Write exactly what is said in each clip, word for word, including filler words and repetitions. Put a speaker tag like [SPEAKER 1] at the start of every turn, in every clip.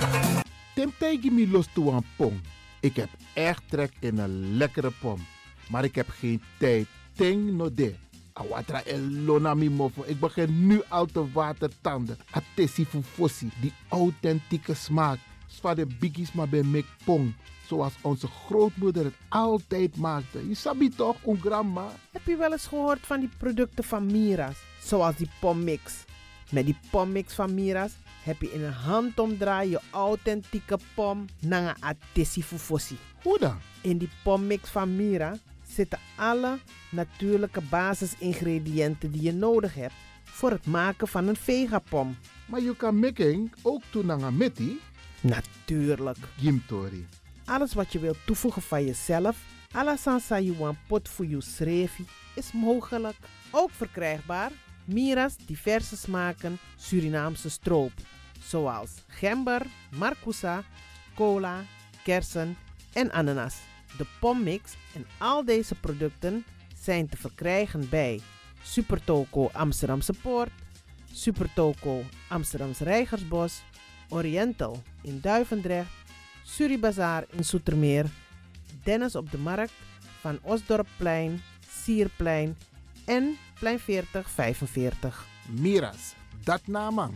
[SPEAKER 1] Temtij me los toe een pom. Ik heb echt trek in een lekkere pom. Maar ik heb geen tijd. Ting no de. Awatra elona mi mofo. Ik begin nu al te watertanden. Atesi fufosi. Die authentieke smaak. Zwa de biggies maar bij mek pong. Zoals onze grootmoeder het altijd maakte. Je sabi toch, een grandma?
[SPEAKER 2] Heb je wel eens gehoord van die producten van Mira's? Zoals die pommix. Met die pommix van Mira's heb je in een handomdraai je authentieke pom naar een atesi fufosi.
[SPEAKER 1] Hoe dan?
[SPEAKER 2] In die pommix van Mira zitten alle natuurlijke basisingrediënten die je nodig hebt voor het maken van een vegapom.
[SPEAKER 1] Maar je kan making ook doen naar een meti?
[SPEAKER 2] Natuurlijk.
[SPEAKER 1] Gimtori.
[SPEAKER 2] Alles wat je wilt toevoegen van jezelf, alla sansa you want pot voor je schreefie, is mogelijk. Ook verkrijgbaar Mira's diverse smaken Surinaamse stroop. Zoals gember, marcousa, cola, kersen en ananas. De pommix en al deze producten zijn te verkrijgen bij Supertoco Amsterdamse Poort, Supertoco Amsterdamse Reigersbos, Oriental in Duivendrecht, Suribazaar in Zoetermeer, Dennis op de Markt, Van Osdorpplein, Sierplein en Plein veertig vijfenveertig.
[SPEAKER 1] Mira's, dat naman.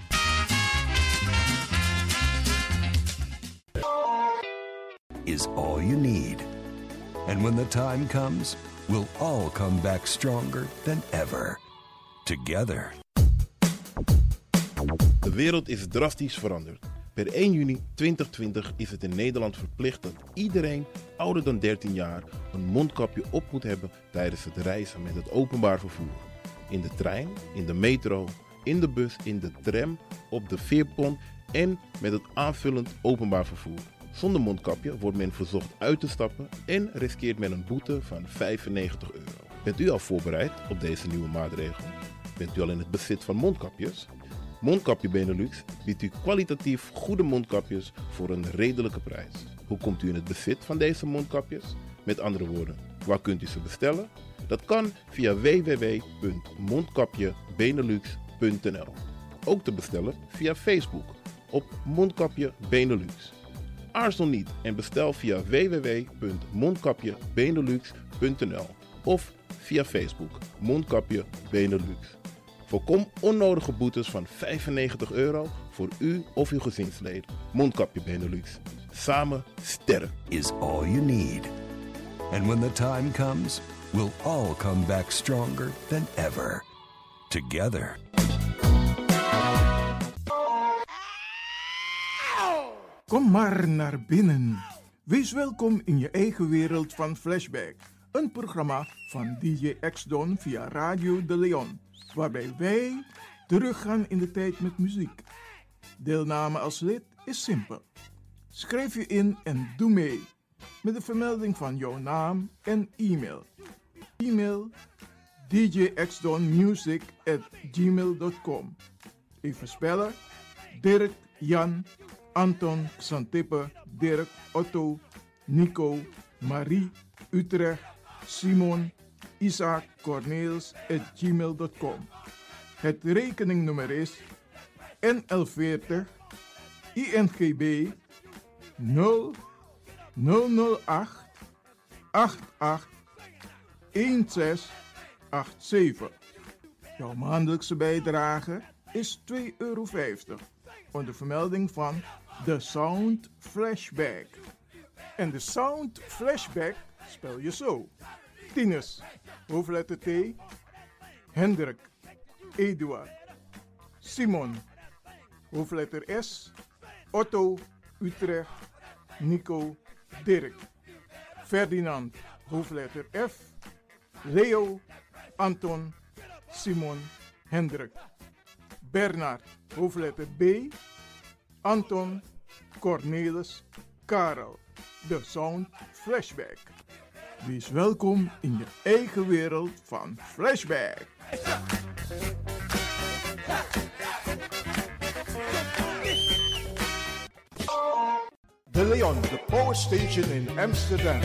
[SPEAKER 3] Is all you need. And when the time comes, we'll all come back stronger than ever. Together.
[SPEAKER 4] De wereld is drastisch veranderd. Per één juni tweeduizend twintig is het in Nederland verplicht dat iedereen ouder dan dertien jaar een mondkapje op moet hebben tijdens het reizen met het openbaar vervoer. In de trein, in de metro, in de bus, in de tram, op de veerpont en met het aanvullend openbaar vervoer. Zonder mondkapje wordt men verzocht uit te stappen en riskeert men een boete van vijfennegentig euro. Bent u al voorbereid op deze nieuwe maatregel? Bent u al in het bezit van mondkapjes? Mondkapje Benelux biedt u kwalitatief goede mondkapjes voor een redelijke prijs. Hoe komt u in het bezit van deze mondkapjes? Met andere woorden, waar kunt u ze bestellen? Dat kan via w w w punt mondkapje benelux punt n l. Ook te bestellen via Facebook op Mondkapje Benelux. Aarzel niet en bestel via w w w punt mondkapje benelux punt n l of via Facebook Mondkapje Benelux. Voorkom onnodige boetes van vijfennegentig euro voor u of uw gezinsleden. Mondkapje Benelux. Samen sterk.
[SPEAKER 3] Is all you need. And when the time comes, we'll all come back stronger than ever. Together.
[SPEAKER 5] Kom maar naar binnen. Wees welkom in je eigen wereld van Flashback. Een programma van D J X-Don via Radio de Leon. Waarbij wij teruggaan in de tijd met muziek. Deelname als lid is simpel. Schrijf je in en doe mee. Met de vermelding van jouw naam en e-mail. E-mail d j x don music at gmail dot com. Even spellen. Dirk, Jan, Anton, Xantippe, Dirk, Otto, Nico, Marie, Utrecht, Simon, Isaac Corneels at gmail dot com. Het rekeningnummer is N L veertig I N G B nul nul nul acht acht acht een zes acht zeven. Jouw maandelijkse bijdrage is twee euro vijftig onder vermelding van The Sound Flashback. En de Sound Flashback spel je zo. Tinus, hoofdletter T, Hendrik, Eduard, Simon, hoofdletter S, Otto, Utrecht, Nico, Dirk, Ferdinand, hoofdletter F, Leo, Anton, Simon, Hendrik, Bernard, hoofdletter B, Anton, Cornelis, Karel. De Sound Flashback. Wees welkom in je eigen wereld van Flashback. De Leon, de power station in Amsterdam.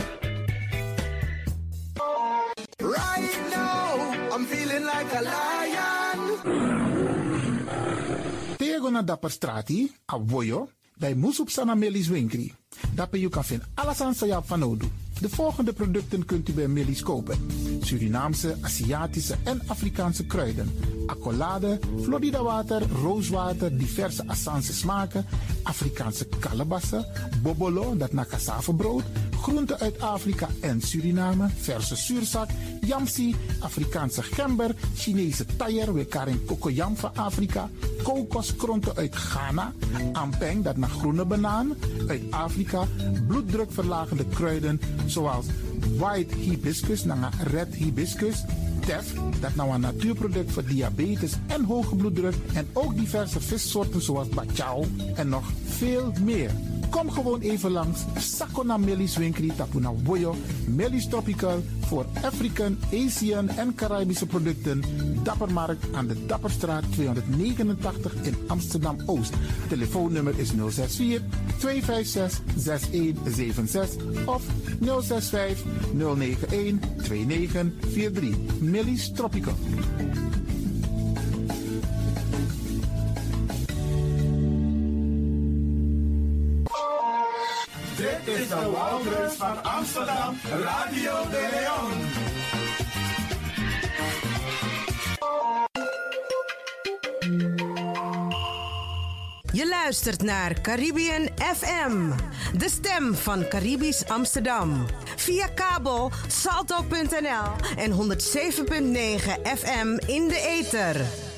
[SPEAKER 6] Right now, I'm feeling like a lion.
[SPEAKER 1] Tego na dapper strati, a voyo.
[SPEAKER 7] bij Moesop Sana Melis Winkri. Daarbij je kan vinden alles aan Sayap van Odu. De volgende producten kunt u bij Melis kopen: Surinaamse, Aziatische en Afrikaanse kruiden, accolade, Florida water, rooswater, diverse Assange smaken, Afrikaanse kalebassen, bobolo, dat na cassavebrood, groenten uit Afrika en Suriname, verse zuurzak, yamsi, Afrikaanse gember, Chinese taier, wekaring kokoyam van Afrika, kokoskronten uit Ghana, ampeng, dat naar groene banaan uit Afrika, bloeddrukverlagende kruiden zoals white hibiscus, naar red hibiscus, tef, dat nou een natuurproduct voor diabetes en hoge bloeddruk, en ook diverse vissoorten zoals bachao en nog veel meer. Kom gewoon even langs. Sakona Melis Winkri Tapuna Boyo. Melis Tropical voor African, Asian en Caribische producten. Dappermarkt aan de Dapperstraat tweehonderdnegenentachtig in Amsterdam-Oost. Telefoonnummer is nul zes vier, twee vijf zes, zes een zeven zes of nul zes vijf, nul negen een, twee negen vier drie. Melis Tropical.
[SPEAKER 5] Dit is de Wouders van Amsterdam, Radio de Leon.
[SPEAKER 8] Je luistert naar Caribbean F M, de stem van Caribisch Amsterdam. Via kabel salto punt n l en honderd zeven komma negen F M in de ether.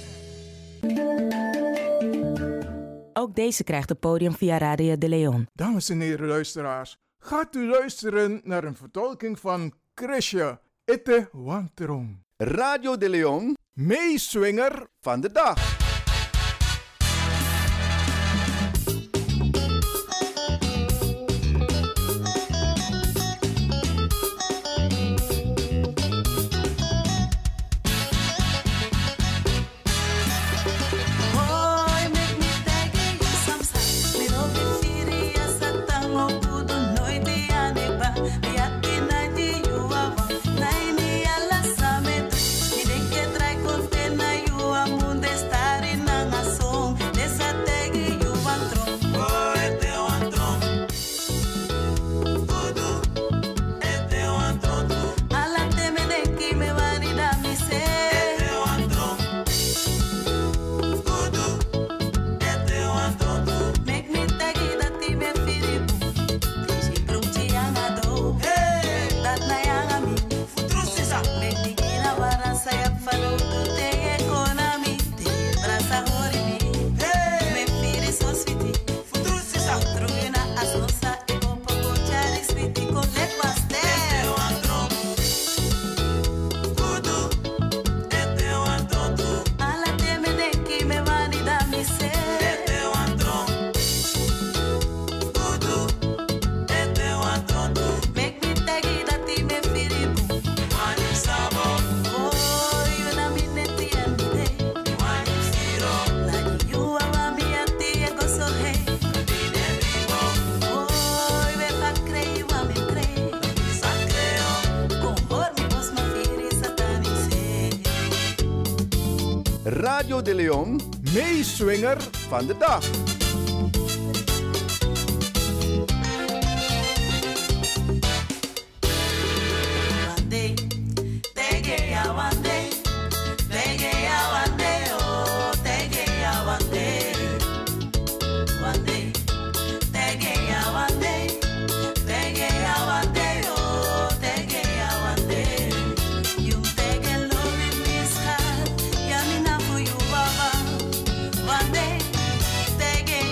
[SPEAKER 9] Ook deze krijgt het podium via Radio de Leon.
[SPEAKER 5] Dames en heren luisteraars, gaat u luisteren naar een vertolking van Chrisje Ete Wanterong.
[SPEAKER 10] Radio de Leon,
[SPEAKER 5] meeswinger
[SPEAKER 10] van de dag. Radio de Leon,
[SPEAKER 5] meeswinger
[SPEAKER 10] van de dag.
[SPEAKER 11] One day,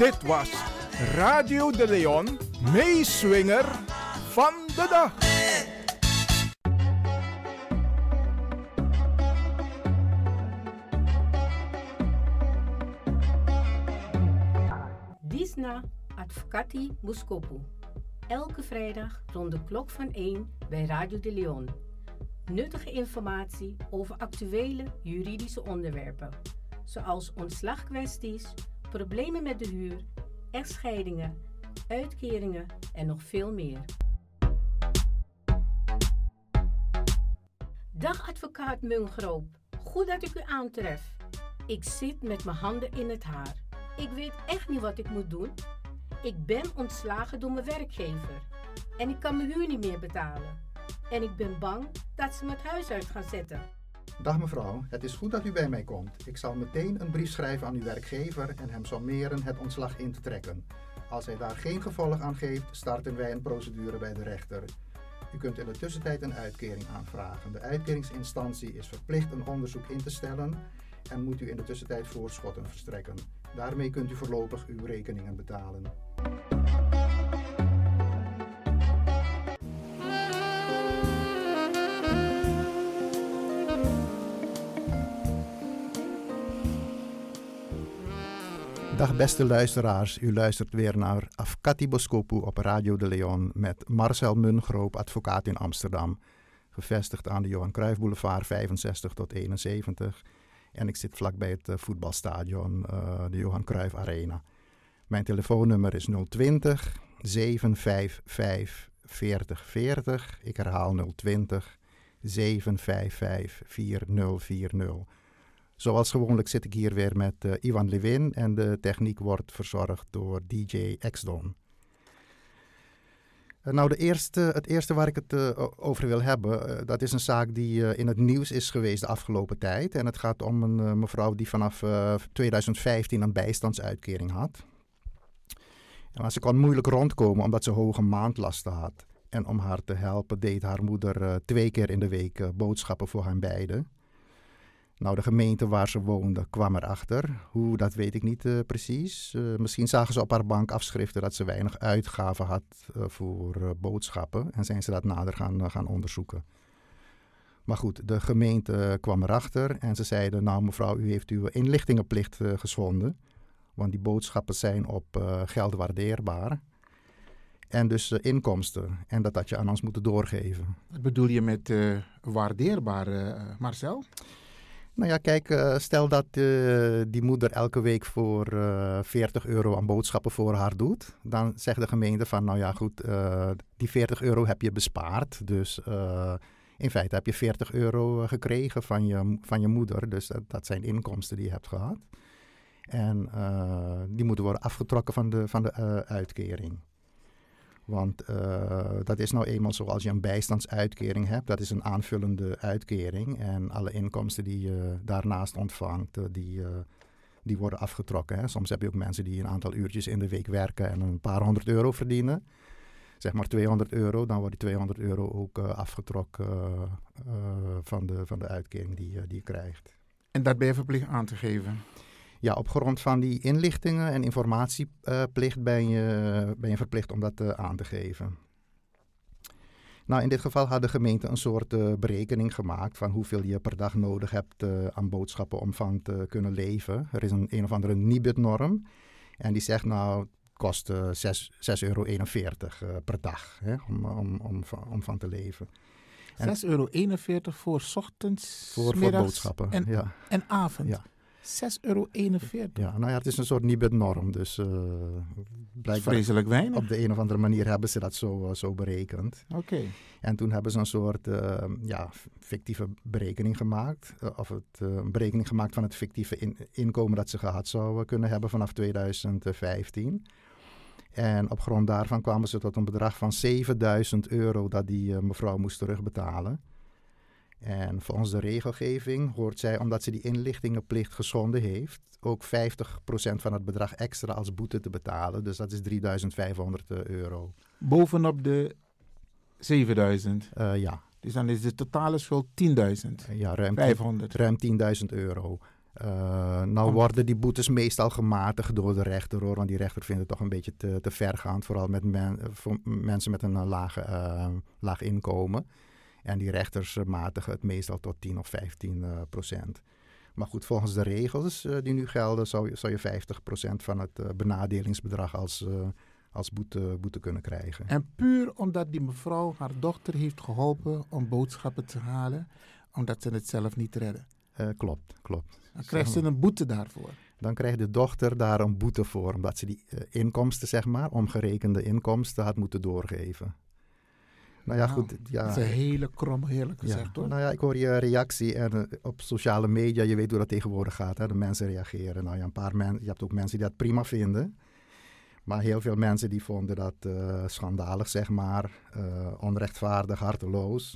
[SPEAKER 5] Dit was Radio de Leon, meeswinger van de dag.
[SPEAKER 11] Disna Advocati Boskopu. Elke vrijdag rond de klok van één bij Radio de Leon. Nuttige informatie over actuele juridische onderwerpen, zoals ontslagkwesties, problemen met de huur, echtscheidingen, uitkeringen en nog veel meer. Dag advocaat Mungroop, goed dat ik u aantref. Ik zit met mijn handen in het haar. Ik weet echt niet wat ik moet doen. Ik ben ontslagen door mijn werkgever en ik kan mijn huur niet meer betalen. En ik ben bang dat ze me het huis uit gaan zetten.
[SPEAKER 12] Dag mevrouw, het is goed dat u bij mij komt. Ik zal meteen een brief schrijven aan uw werkgever en hem sommeren het ontslag in te trekken. Als hij daar geen gevolg aan geeft, starten wij een procedure bij de rechter. U kunt in de tussentijd een uitkering aanvragen. De uitkeringsinstantie is verplicht een onderzoek in te stellen en moet u in de tussentijd voorschotten verstrekken. Daarmee kunt u voorlopig uw rekeningen betalen. Dag beste luisteraars, u luistert weer naar Advocati Boskopu op Radio de Leon met Marcel Mungroop, advocaat in Amsterdam. Gevestigd aan de Johan Cruijff Boulevard vijfenzestig tot eenenzeventig. En ik zit vlakbij het uh, voetbalstadion, uh, de Johan Cruijff Arena. Mijn telefoonnummer is nul twintig, zeven vijf vijf, veertig veertig. Ik herhaal nul twintig, zeven vijf vijf, vier nul vier nul. Zoals gewoonlijk zit ik hier weer met uh, Ivan Levin en de techniek wordt verzorgd door D J X-Don. Uh, nou, de eerste, het eerste waar ik het uh, over wil hebben, uh, dat is een zaak die uh, in het nieuws is geweest de afgelopen tijd. En het gaat om een uh, mevrouw die vanaf uh, twintig vijftien een bijstandsuitkering had. En ze kon moeilijk rondkomen omdat ze hoge maandlasten had. En om haar te helpen deed haar moeder uh, twee keer in de week uh, boodschappen voor hen beiden. Nou, de gemeente waar ze woonde kwam erachter. Hoe, dat weet ik niet uh, precies. Uh, misschien zagen ze op haar bankafschriften dat ze weinig uitgaven had uh, voor uh, boodschappen. En zijn ze dat nader gaan, uh, gaan onderzoeken. Maar goed, de gemeente uh, kwam erachter en ze zeiden, nou mevrouw, u heeft uw inlichtingenplicht uh, geschonden. Want die boodschappen zijn op uh, geld waardeerbaar. En dus uh, inkomsten. En dat had je aan ons moeten doorgeven.
[SPEAKER 7] Wat bedoel je met uh, waardeerbaar, uh, Marcel?
[SPEAKER 12] Nou ja, kijk, uh, stel dat uh, die moeder elke week voor uh, veertig euro aan boodschappen voor haar doet. Dan zegt de gemeente van, nou ja goed, uh, die veertig euro heb je bespaard. Dus uh, in feite heb je veertig euro gekregen van je, van je moeder. Dus dat, dat zijn inkomsten die je hebt gehad. En uh, die moeten worden afgetrokken van de, van de uh, uitkering. Want uh, dat is nou eenmaal zo, als je een bijstandsuitkering hebt, dat is een aanvullende uitkering. En alle inkomsten die je daarnaast ontvangt, uh, die, uh, die worden afgetrokken. Hè. Soms heb je ook mensen die een aantal uurtjes in de week werken en een paar honderd euro verdienen. Zeg maar tweehonderd euro, dan wordt die tweehonderd euro ook uh, afgetrokken uh, uh, van, de, van de uitkering die, uh, die je krijgt.
[SPEAKER 7] En dat ben je verplicht aan te geven?
[SPEAKER 12] Ja, op grond van die inlichtingen en informatieplicht uh, ben, je, ben je verplicht om dat uh, aan te geven. Nou, in dit geval had de gemeente een soort uh, berekening gemaakt van hoeveel je per dag nodig hebt uh, aan boodschappenomvang te kunnen leven. Er is een een of andere Nibud-norm en die zegt nou, het kost uh, zes euro eenenveertig uh, per dag hè, om, om, om, om van te leven.
[SPEAKER 7] zes euro eenenveertig voor 's ochtends,
[SPEAKER 12] voor, voor boodschappen
[SPEAKER 7] en,
[SPEAKER 12] ja.
[SPEAKER 7] en avond.
[SPEAKER 12] Ja.
[SPEAKER 7] zes euro eenenveertig.
[SPEAKER 12] Ja, nou ja, het is een soort Nibud-norm. Dus uh, blijkbaar
[SPEAKER 7] vreselijk weinig.
[SPEAKER 12] Op de een of andere manier hebben ze dat zo, uh, zo berekend.
[SPEAKER 7] Oké. Okay.
[SPEAKER 12] En toen hebben ze een soort uh, ja, fictieve berekening gemaakt. Uh, of het, uh, een berekening gemaakt van het fictieve in, inkomen dat ze gehad zouden kunnen hebben vanaf twintig vijftien. En op grond daarvan kwamen ze tot een bedrag van zevenduizend euro dat die uh, mevrouw moest terugbetalen. En volgens de regelgeving hoort zij, omdat ze die inlichtingenplicht geschonden heeft, ook vijftig procent van het bedrag extra als boete te betalen. Dus dat is drieduizend vijfhonderd euro.
[SPEAKER 7] Bovenop de zevenduizend?
[SPEAKER 12] Uh, ja.
[SPEAKER 7] Dus dan is de totale schuld tienduizend?
[SPEAKER 12] Uh, ja, ruim,
[SPEAKER 7] vijfhonderd.
[SPEAKER 12] ruim tienduizend euro. Uh, nou
[SPEAKER 1] Om...
[SPEAKER 12] worden die boetes meestal gematigd door de rechter, hoor. Want die rechter vindt het toch een beetje te, te vergaand. Vooral met men, voor mensen met een uh, laag, uh, laag inkomen. En die rechters uh, matigen het meestal tot tien of vijftien uh, procent. Maar goed, volgens de regels uh, die nu gelden, zou, zou je vijftig procent van het uh, benadelingsbedrag als, uh, als boete, boete kunnen krijgen.
[SPEAKER 1] En puur omdat die mevrouw haar dochter heeft geholpen om boodschappen te halen, omdat ze het zelf niet redden.
[SPEAKER 12] Uh, klopt, klopt.
[SPEAKER 1] Dan krijgt ze een boete daarvoor.
[SPEAKER 12] Dan krijgt de dochter daar een boete voor, omdat ze die uh, inkomsten, zeg maar, omgerekende inkomsten had moeten doorgeven. Nou ja,
[SPEAKER 1] nou,
[SPEAKER 12] goed. Ja,
[SPEAKER 1] dat is een hele krom, heerlijk gezegd,
[SPEAKER 12] ja,
[SPEAKER 1] hoor.
[SPEAKER 12] Nou ja, ik hoor je reactie en uh, op sociale media, je weet hoe dat tegenwoordig gaat. Hè? De mensen reageren. Nou ja, een paar men, je hebt ook mensen die dat prima vinden. Maar heel veel mensen die vonden dat uh, schandalig, zeg maar. Uh, onrechtvaardig, harteloos.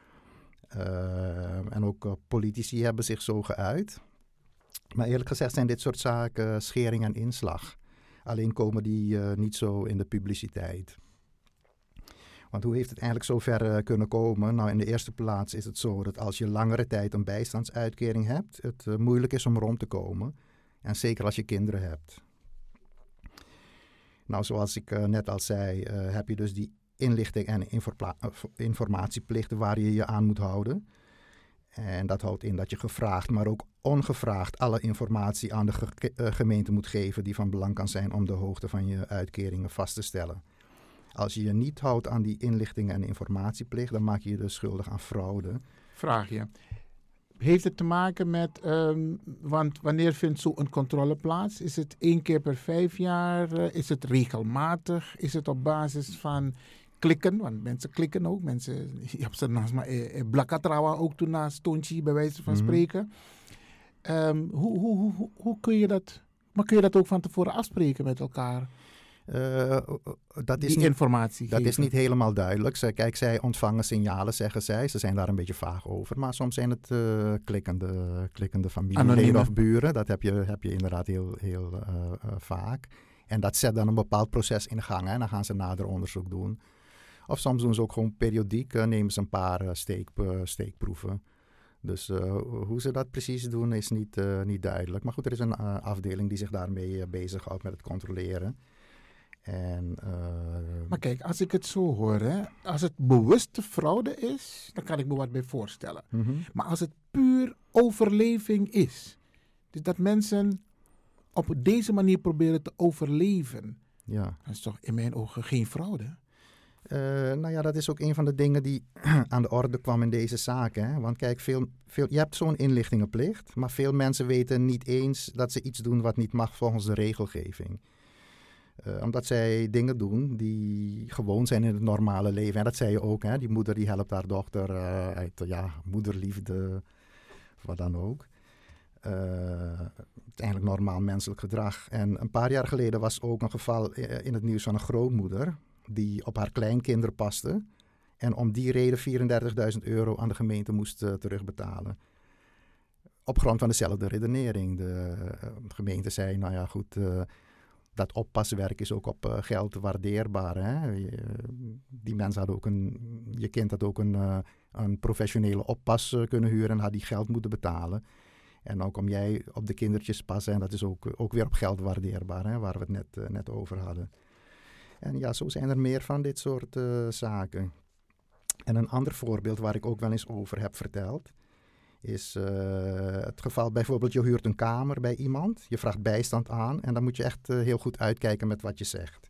[SPEAKER 12] Uh, en ook uh, politici hebben zich zo geuit. Maar eerlijk gezegd zijn dit soort zaken schering en inslag. Alleen komen die uh, niet zo in de publiciteit. Want hoe heeft het eigenlijk zo ver uh, kunnen komen? Nou, in de eerste plaats is het zo dat als je langere tijd een bijstandsuitkering hebt, het uh, moeilijk is om rond te komen. En zeker als je kinderen hebt. Nou, zoals ik uh, net al zei, uh, heb je dus die inlichting en informa- informatieplichten waar je je aan moet houden. En dat houdt in dat je gevraagd, maar ook ongevraagd alle informatie aan de ge- uh, gemeente moet geven die van belang kan zijn om de hoogte van je uitkeringen vast te stellen. Als je je niet houdt aan die inlichting en informatieplicht, dan maak je je dus schuldig aan fraude.
[SPEAKER 1] Vraag je. Heeft het te maken met, um, want wanneer vindt zo'n controle plaats? Is het één keer per vijf jaar? Uh, is het regelmatig? Is het op basis van klikken? Want mensen klikken ook. Mensen, je hebt ze naast mij, eh, Blakatrawa ook toen naast Tontje, bij wijze van
[SPEAKER 12] Mm-hmm.
[SPEAKER 1] spreken. Um, hoe, hoe, hoe, hoe, hoe kun je dat, maar kun je dat ook van tevoren afspreken met elkaar?
[SPEAKER 12] Uh, dat is
[SPEAKER 1] die
[SPEAKER 12] niet,
[SPEAKER 1] informatie
[SPEAKER 12] Dat
[SPEAKER 1] geven.
[SPEAKER 12] is niet helemaal duidelijk. Zij, kijk, zij ontvangen signalen, zeggen zij. Ze zijn daar een beetje vaag over. Maar soms zijn het uh, klikkende, klikkende familieleden of buren. Dat heb je, heb je inderdaad heel, heel uh, uh, vaak. En dat zet dan een bepaald proces in gang. Hè. En dan gaan ze nader onderzoek doen. Of soms doen ze ook gewoon periodiek. Uh, nemen ze een paar uh, steek, uh, steekproeven. Dus uh, hoe ze dat precies doen is niet, uh, niet duidelijk. Maar goed, er is een uh, afdeling die zich daarmee uh, bezighoudt met het controleren. En, uh,
[SPEAKER 1] maar kijk, als ik het zo hoor, hè, als het bewuste fraude is, dan kan ik me wat bij voorstellen.
[SPEAKER 12] Mm-hmm.
[SPEAKER 1] Maar als het puur overleving is, dus dat mensen op deze manier proberen te overleven,
[SPEAKER 12] ja.
[SPEAKER 1] dat is toch in mijn ogen geen fraude?
[SPEAKER 12] Uh, nou ja, dat is ook een van de dingen die aan de orde kwam in deze zaak. Hè? Want kijk, veel, veel, je hebt zo'n inlichtingenplicht, maar veel mensen weten niet eens dat ze iets doen wat niet mag volgens de regelgeving. Uh, omdat zij dingen doen die gewoon zijn in het normale leven. En dat zei je ook, hè? Die moeder die helpt haar dochter uh, uit ja, moederliefde, wat dan ook. Uh, eigenlijk normaal menselijk gedrag. En een paar jaar geleden was ook een geval in het nieuws van een grootmoeder die op haar kleinkinderen paste. En om die reden vierendertigduizend euro aan de gemeente moest uh, terugbetalen. Op grond van dezelfde redenering. De uh, gemeente zei, nou ja goed, uh, dat oppaswerk is ook op uh, geld waardeerbaar. Hè? Je, die mensen hadden ook een, je kind had ook een, uh, een professionele oppas uh, kunnen huren en had die geld moeten betalen. En dan kom jij op de kindertjes passen en dat is ook, ook weer op geld waardeerbaar, hè? Waar we het net, uh, net over hadden. En ja, zo zijn er meer van dit soort uh, zaken. En een ander voorbeeld waar ik ook wel eens over heb verteld, is uh, het geval bijvoorbeeld je huurt een kamer bij iemand, je vraagt bijstand aan en dan moet je echt uh, heel goed uitkijken met wat je zegt.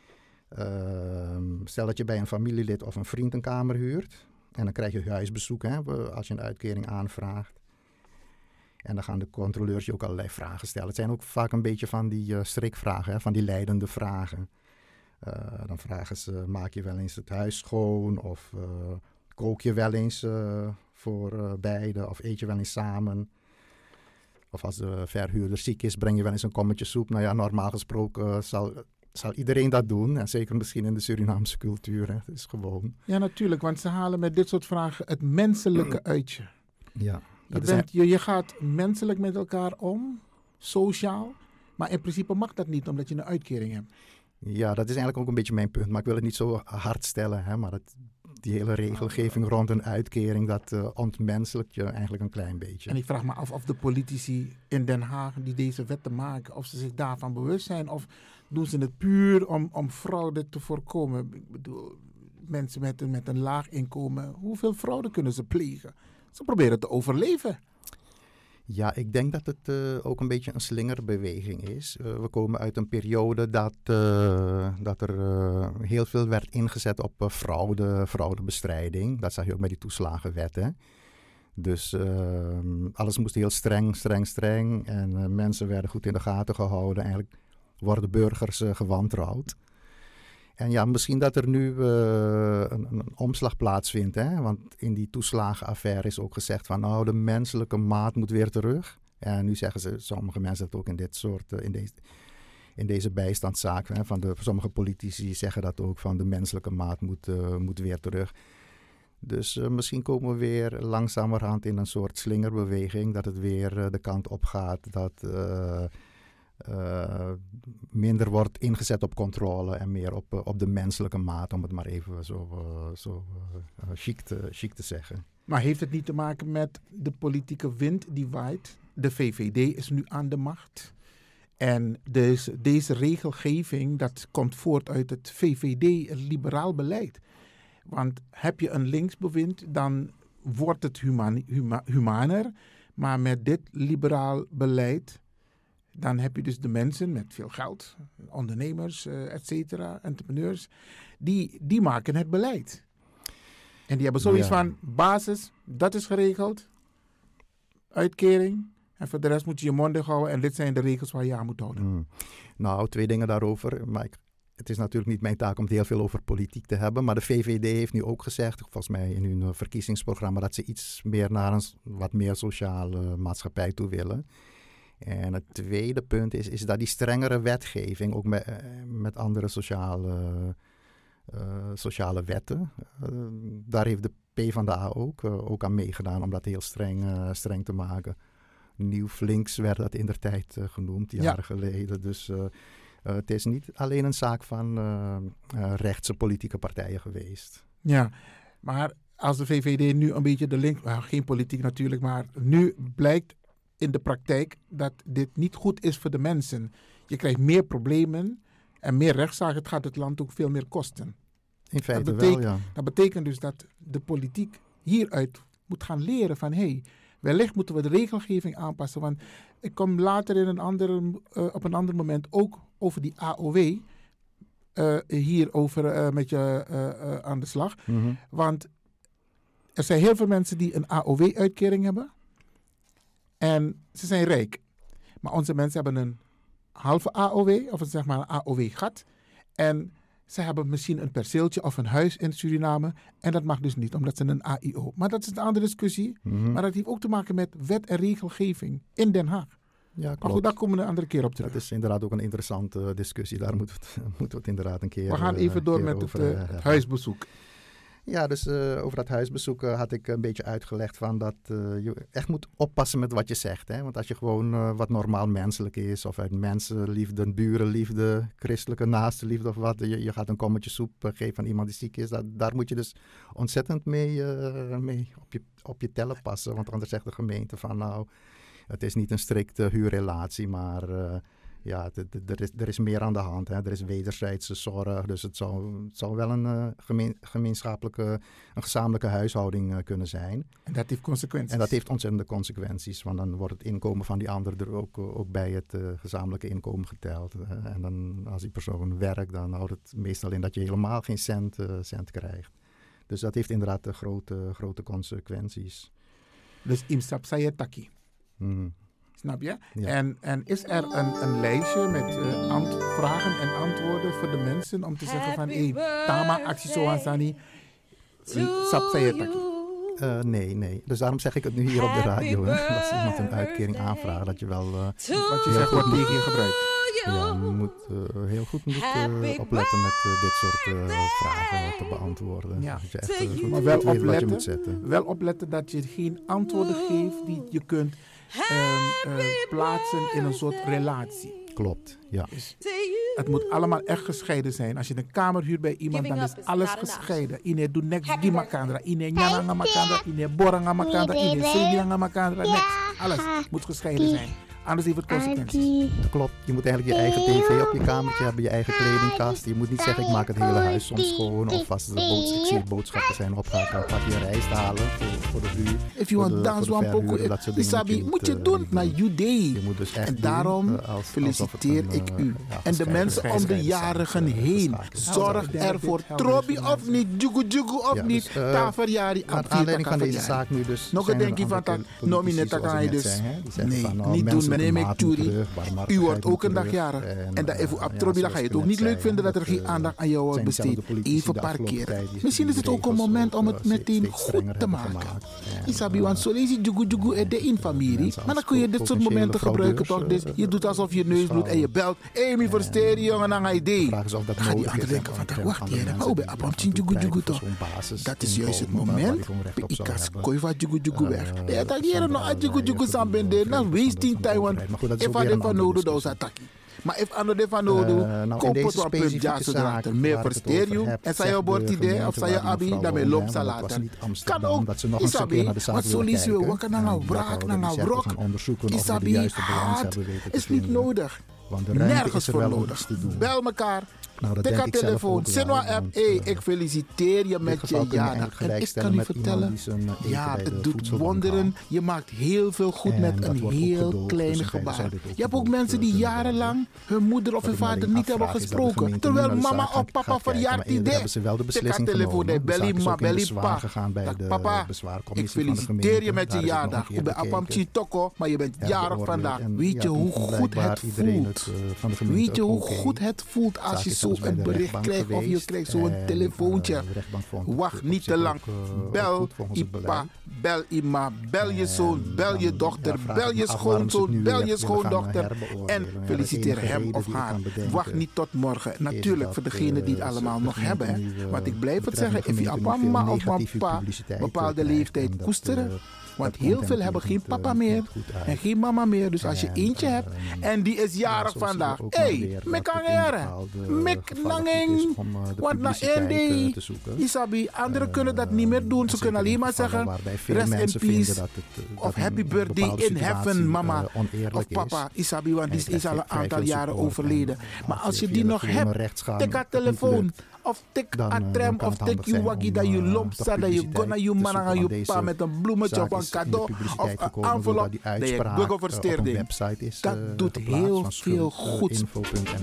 [SPEAKER 12] Uh, stel dat je bij een familielid of een vriend een kamer huurt en dan krijg je huisbezoek, hè, als je een uitkering aanvraagt. En dan gaan de controleurs je ook allerlei vragen stellen. Het zijn ook vaak een beetje van die uh, strikvragen, hè, van die leidende vragen. Uh, dan vragen ze, maak je wel eens het huis schoon of uh, kook je wel eens uh, voor uh, beiden of eet je wel eens samen. Of als de verhuurder ziek is, breng je wel eens een kommetje soep. Nou ja, normaal gesproken uh, zal, zal iedereen dat doen. En zeker misschien in de Surinaamse cultuur. Hè. Het is gewoon.
[SPEAKER 1] Ja, natuurlijk, want ze halen met dit soort vragen het menselijke uit je.
[SPEAKER 12] Ja.
[SPEAKER 1] Je, bent, je, je gaat menselijk met elkaar om, sociaal. Maar in principe mag dat niet, omdat je een uitkering hebt.
[SPEAKER 12] Ja, dat is eigenlijk ook een beetje mijn punt. Maar ik wil het niet zo hard stellen. Hè, maar het, die hele regelgeving rond een uitkering, dat uh, ontmenselijkt je eigenlijk een klein beetje.
[SPEAKER 1] En ik vraag me af of de politici in Den Haag die deze wetten maken, of ze zich daarvan bewust zijn, of doen ze het puur om, om fraude te voorkomen. Ik bedoel, mensen met een, met een laag inkomen, hoeveel fraude kunnen ze plegen? Ze proberen te overleven.
[SPEAKER 12] Ja, ik denk dat het uh, ook een beetje een slingerbeweging is. Uh, we komen uit een periode dat, uh, dat er uh, heel veel werd ingezet op uh, fraude, fraudebestrijding. Dat zag je ook met die toeslagenwetten. Dus uh, alles moest heel streng, streng, streng. En uh, mensen werden goed in de gaten gehouden. Eigenlijk worden burgers uh, gewantrouwd. En ja, misschien dat er nu uh, een, een omslag plaatsvindt. Hè? Want in die toeslagenaffaire is ook gezegd van, nou, de menselijke maat moet weer terug. En nu zeggen ze, sommige mensen dat ook in dit soort, uh, in, deze, in deze bijstandszaak. Hè? Van de, sommige politici zeggen dat ook, van de menselijke maat moet, uh, moet weer terug. Dus uh, misschien komen we weer langzamerhand in een soort slingerbeweging. Dat het weer uh, de kant op gaat dat Uh, Uh, minder wordt ingezet op controle en meer op, uh, op de menselijke maat, om het maar even zo, uh, zo uh, chic, te, chic te zeggen.
[SPEAKER 1] Maar heeft het niet te maken met de politieke wind die waait? De V V D is nu aan de macht. En deze, deze regelgeving, dat komt voort uit het V V D-liberaal beleid. Want heb je een linksbewind, dan wordt het human, huma, humaner. Maar met dit liberaal beleid, dan heb je dus de mensen met veel geld, ondernemers, uh, et cetera, entrepreneurs, die, die maken het beleid. En die hebben zoiets ja. van, basis, dat is geregeld, uitkering, en voor de rest moet je je mond houden en dit zijn de regels waar je aan moet houden.
[SPEAKER 12] Hmm. Nou, twee dingen daarover, maar ik, het is natuurlijk niet mijn taak om het heel veel over politiek te hebben, maar de V V D heeft nu ook gezegd, volgens mij in hun verkiezingsprogramma, dat ze iets meer naar een wat meer sociale maatschappij toe willen. En het tweede punt is, is dat die strengere wetgeving, ook met, met andere sociale, uh, sociale wetten, uh, daar heeft de PvdA ook, uh, ook aan meegedaan om dat heel streng, uh, streng te maken. Nieuw Links werd dat in der tijd uh, genoemd, jaren ja. geleden. Dus uh, uh, het is niet alleen een zaak van uh, uh, rechtse politieke partijen geweest.
[SPEAKER 1] Ja, maar als de V V D nu een beetje de link, well, geen politiek natuurlijk, maar nu blijkt in de praktijk dat dit niet goed is voor de mensen. Je krijgt meer problemen en meer rechtszaken. Het gaat het land ook veel meer kosten.
[SPEAKER 12] In feite
[SPEAKER 1] dat betekent,
[SPEAKER 12] wel, ja.
[SPEAKER 1] Dat betekent dus dat de politiek hieruit moet gaan leren van, hé, hey, wellicht moeten we de regelgeving aanpassen. Want ik kom later in een andere, uh, op een ander moment ook over die A O W uh, hierover uh, met je uh, uh, aan de slag.
[SPEAKER 12] Mm-hmm.
[SPEAKER 1] Want er zijn heel veel mensen die een A O W-uitkering hebben. En ze zijn rijk. Maar onze mensen hebben een halve A O W, of een, zeg maar een A O W-gat. En ze hebben misschien een perceeltje of een huis in Suriname. En dat mag dus niet, omdat ze een A I O. Maar dat is een andere discussie.
[SPEAKER 12] Mm-hmm.
[SPEAKER 1] Maar dat heeft ook te maken met wet en regelgeving in Den Haag.
[SPEAKER 12] Ja, klopt.
[SPEAKER 1] Maar goed, daar komen we een andere keer op terug.
[SPEAKER 12] Dat is inderdaad ook een interessante discussie. Daar moeten we het, moeten we het inderdaad een keer
[SPEAKER 1] We gaan even door
[SPEAKER 12] uh,
[SPEAKER 1] met het, uh, het huisbezoek.
[SPEAKER 12] Ja, dus uh, over dat huisbezoek uh, had ik een beetje uitgelegd van dat uh, je echt moet oppassen met wat je zegt. Hè? Want als je gewoon uh, wat normaal menselijk is, of uit mensenliefde, burenliefde, christelijke naastenliefde of wat, je, je gaat een kommetje soep uh, geven aan iemand die ziek is, dat, daar moet je dus ontzettend mee, uh, mee op, je, op je tellen passen. Want anders zegt de gemeente van nou, het is niet een strikte huurrelatie, maar Uh, Ja, er is, er is meer aan de hand. Hè. Er is wederzijdse zorg. Dus het zou, het zou wel een uh, gemeen, gemeenschappelijke, een gezamenlijke huishouding uh, kunnen zijn.
[SPEAKER 1] En dat heeft consequenties.
[SPEAKER 12] En dat heeft ontzettende consequenties. Want dan wordt het inkomen van die ander er ook, ook bij het uh, gezamenlijke inkomen geteld. Uh, en dan als die persoon werkt, dan houdt het meestal in dat je helemaal geen cent, uh, cent krijgt. Dus dat heeft inderdaad uh, grote, grote consequenties.
[SPEAKER 1] Dus imsap sayetaki.
[SPEAKER 12] Hmm.
[SPEAKER 1] Snap je?
[SPEAKER 12] Ja.
[SPEAKER 1] En, en is er een, een lijstje met uh, ant- vragen en antwoorden voor de mensen om te zeggen van hé, hey, Tama actie zo aan Sani, sap sayetaki.
[SPEAKER 12] Uh, nee, nee. Dus daarom zeg ik het nu hier op de radio. Hè. Als iemand een uitkering aanvraagt, dat je wel Uh,
[SPEAKER 1] wat je zegt wordt tegen je gebruikt.
[SPEAKER 12] Ja, je moet uh, heel goed moet, uh, opletten met uh, dit soort uh, vragen te beantwoorden.
[SPEAKER 1] Ja.
[SPEAKER 12] Dat je echt uh, goed
[SPEAKER 1] maar wel
[SPEAKER 12] weet wat je
[SPEAKER 1] opletten,
[SPEAKER 12] moet zetten.
[SPEAKER 1] wel opletten dat je geen antwoorden geeft die je kunt um, uh, plaatsen in een soort relatie.
[SPEAKER 12] Klopt, ja.
[SPEAKER 1] Dus het moet allemaal echt gescheiden zijn. Als je een kamer huurt bij iemand, dan is alles gescheiden. Ine doet niks die makandra. Ine nyanga makandra. Ine boranga makandra. Ine sringa makandra. Niks. Alles moet gescheiden zijn. Anders heeft het consequenties.
[SPEAKER 12] Dat klopt. Je moet eigenlijk je eigen tv op je kamertje hebben, je eigen kledingkast. Je moet niet zeggen, ik maak het hele huis soms schoon. Of als er boods- ik zie boodschappen zijn opgehaald, dan pak je rijst halen voor, voor de buur.
[SPEAKER 1] If you want dance one poco, Isabi, moet je doen naar you day. En daarom feliciteer ik u. En de mensen om de jarigen heen. Zorg ervoor. Trobi of niet, jugu jugu of niet. Ta verjari.
[SPEAKER 12] Aan aanleiding van deze zaak nu dus.
[SPEAKER 1] Nog een denk je van dat nomineta kan je dus. Nee, niet doen. Meneer McTury, u wordt ook een dag jarig. En dat even Abtrobi, dan ga je het ook niet leuk vinden dat er geen aandacht aan jou wordt besteed. Even parkeren. Misschien is het ook een moment om het meteen goed te maken. Isabi, want zo lees je jugu jugu en de in familie. Maar dan kun je dit soort momenten gebruiken toch? Dus je doet alsof je neus bloedt en je belt. Hé, mi versteer jongen, dan ga je idee. Dan ga die anderen denken van, wacht hier, hou bij Abamchin jugu jugu toch? Dat is juist het moment. Ik kan koiva jugu jugu weg. Ja, dat hier nog aan jugu jugu sambende. Dan wasting time. If I van nodig, dan is attackie. Maar if I van nodig, koop het op een jaar zodat er meer versteer je. En zij je bord idee, of zij je abi, dan ben je loopt later. Kan ook, Isabi, wat zo lees je, wat kan dan nou wraak, dan nou wrok. Isabi, haat is niet nodig. Nergens voor nodig. Bel elkaar. Nou, tik haar telefoon, Sinwa app, hey, ik feliciteer je met je jaardag. En ik kan u vertellen, ja, het doet wonderen. Je maakt heel veel goed met een heel klein gebaar. Je hebt ook mensen die jarenlang hun moeder of hun vader niet hebben gesproken. Terwijl mama of papa verjaart idee. Tik haar telefoon, belly ma, belly pa. Papa, ik feliciteer je met je jaardag. Ik ben Apamchi Toko, maar je bent jarig vandaag. Weet je hoe goed het voelt? Weet je hoe goed het voelt als je een bericht krijgt of je krijgt zo'n telefoontje. Wacht niet te lang. Bel Ipa, bel Ima, bel je zoon, bel je dochter, bel je schoonzoon, bel je schoondochter en feliciteer hem of haar. Wacht niet tot morgen. Natuurlijk voor degenen die het allemaal nog hebben. Want ik blijf het zeggen, if je mama of papa bepaalde leeftijd koesteren. Want heel veel hebben geen papa meer en geen mama meer. Dus als je eentje hebt en die is jarig vandaag. Hé, hey, mek angere, mek nanging, want na één day, Isabi, anderen kunnen dat niet meer doen. Ze kunnen alleen maar zeggen, rest in peace, of happy birthday in heaven, mama of papa. Isabi, want die is al een aantal jaren overleden. Maar als je die nog hebt, tik haar telefoon. Of tik a tram, of tik je waggie dat je lompsa, dat je gonna je man aan je pa met een bloemetje of een cadeau of een envelop dat je Google versteerde. Dat doet heel veel goed.
[SPEAKER 12] Toen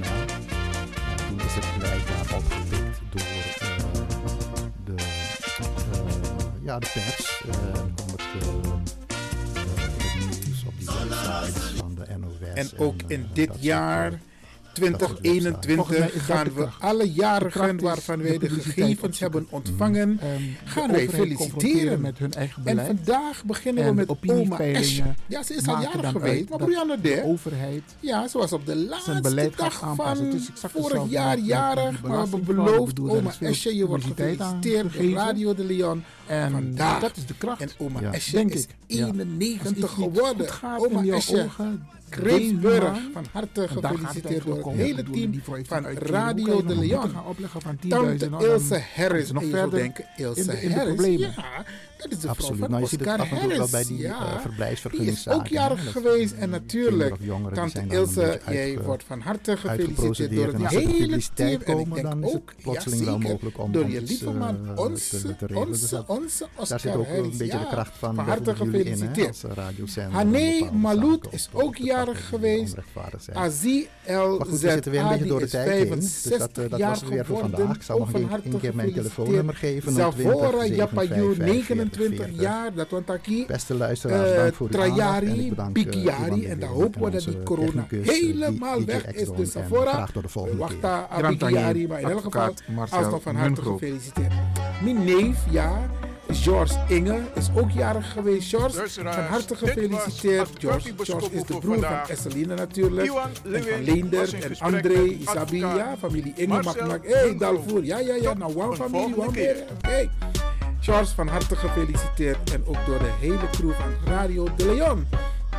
[SPEAKER 12] is het blijkbaar opgepikt door uh, de, uh, ja, de pers. Uh, om het, uh, het nieuws op die website van de N O S.
[SPEAKER 1] En ook in dit jaar twintig eenentwintig gaan we alle jarigen waarvan wij de gegevens hebben ontvangen, um, gaan wij feliciteren
[SPEAKER 7] met hun eigen beleid.
[SPEAKER 1] En vandaag beginnen we met oma Esje. Ja, ze is al jarig geweest, maar Brianna de overheid. Ja, ze was op de laatste dag van dus vorig jaar jarig, maar we hebben beloofd, oma Esje, je wordt gefeliciteerd op Radio de Leon. En vandaag, dat is de kracht. En oma ja, Esje is eenennegentig geworden. Oma Esje. Kreesburg, van harte gefeliciteerd door het hele team van Radio de Leon. Tante Ilse Harris, nog verder denken, Ilse Harris, ja, dat is de vrouw van Oscar Harris.
[SPEAKER 12] Bij die,
[SPEAKER 1] ja,
[SPEAKER 12] uh,
[SPEAKER 1] die is ook jarig geweest en natuurlijk, tante Ilse, jij wordt van harte gefeliciteerd door het hele team. En ik denk ook, ja zeker, door je lieve man, onze, onze, onze Oscar Harris, ja, van harte gefeliciteerd. Hané Maloud is ook jarig geweest. Azie El Zeta is vijfenzestig jaar geworden. Ik zal nog een keer mijn telefoonnummer geven. Zavora Japayu, negenentwintig jaar. Dat want aquí.
[SPEAKER 12] Beste luisteraars, dank voor uw aandacht. En ik bedank
[SPEAKER 1] Pikiari. En dan hopen we dat die corona helemaal weg is. Dus Zavora, wacht daar aan Pikiari. Maar in elk geval, alsnog van harte gefeliciteerd. Mijn neef, ja. George Inge is ook jarig geweest. George, van harte gefeliciteerd. George, George is de broer van Esseline natuurlijk. En van Leender en André, Isabi, ja, familie Inge mag maken. Hé, hey, Dalvoer, ja, ja, ja, nou, one familie, one meer. Oké. George, van harte gefeliciteerd. En ook door de hele crew van Radio de Leon.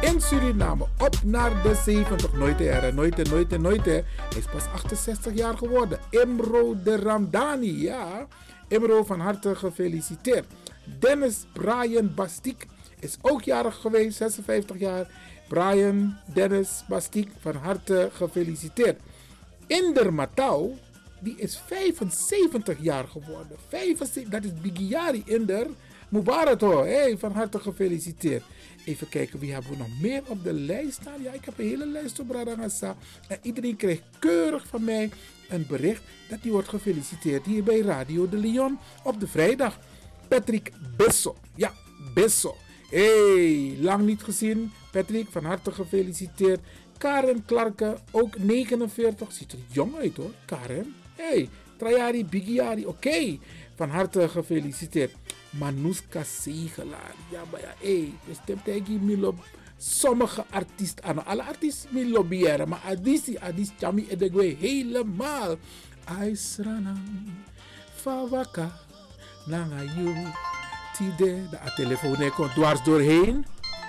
[SPEAKER 7] In Suriname op naar de zeventig. Nooit hè, nooit hè, nooit hè, nooit hè. Hij is pas achtenzestig jaar geworden. Imro de Ramdani, ja. Imro, van harte gefeliciteerd. Dennis Brian Bastiek is ook jarig geweest, zesenvijftig jaar. Brian Dennis Bastiek, van harte gefeliciteerd. Inder Matau, die is vijfenzeventig jaar geworden. vijfenzeventig, dat is Bigiari Inder. Mubarak hoor, hey, van harte gefeliciteerd. Even kijken, wie hebben we nog meer op de lijst staan? Ja, ik heb een hele lijst op Bradangasa. En iedereen krijgt keurig van mij een bericht dat hij wordt gefeliciteerd hier bij Radio de Leon op de vrijdag. Patrick Besso. Ja, Besso. Hey, lang niet gezien. Patrick, van harte gefeliciteerd. Karen Clarke, ook negenenveertig. Ziet er jong uit hoor, Karen. Hey, Trajari Bigiari, oké. Okay. Van harte gefeliciteerd. Manuska Segelaar. Ja, maar ja, hey, je stemt eigenlijk op sommige artiesten aan. Alle artiesten me lobbyeren, maar Adisi, Adis Chami Edegwe helemaal. Aisranang, Fawaka, Nangayu, Tide. De telefoon komt dwars doorheen.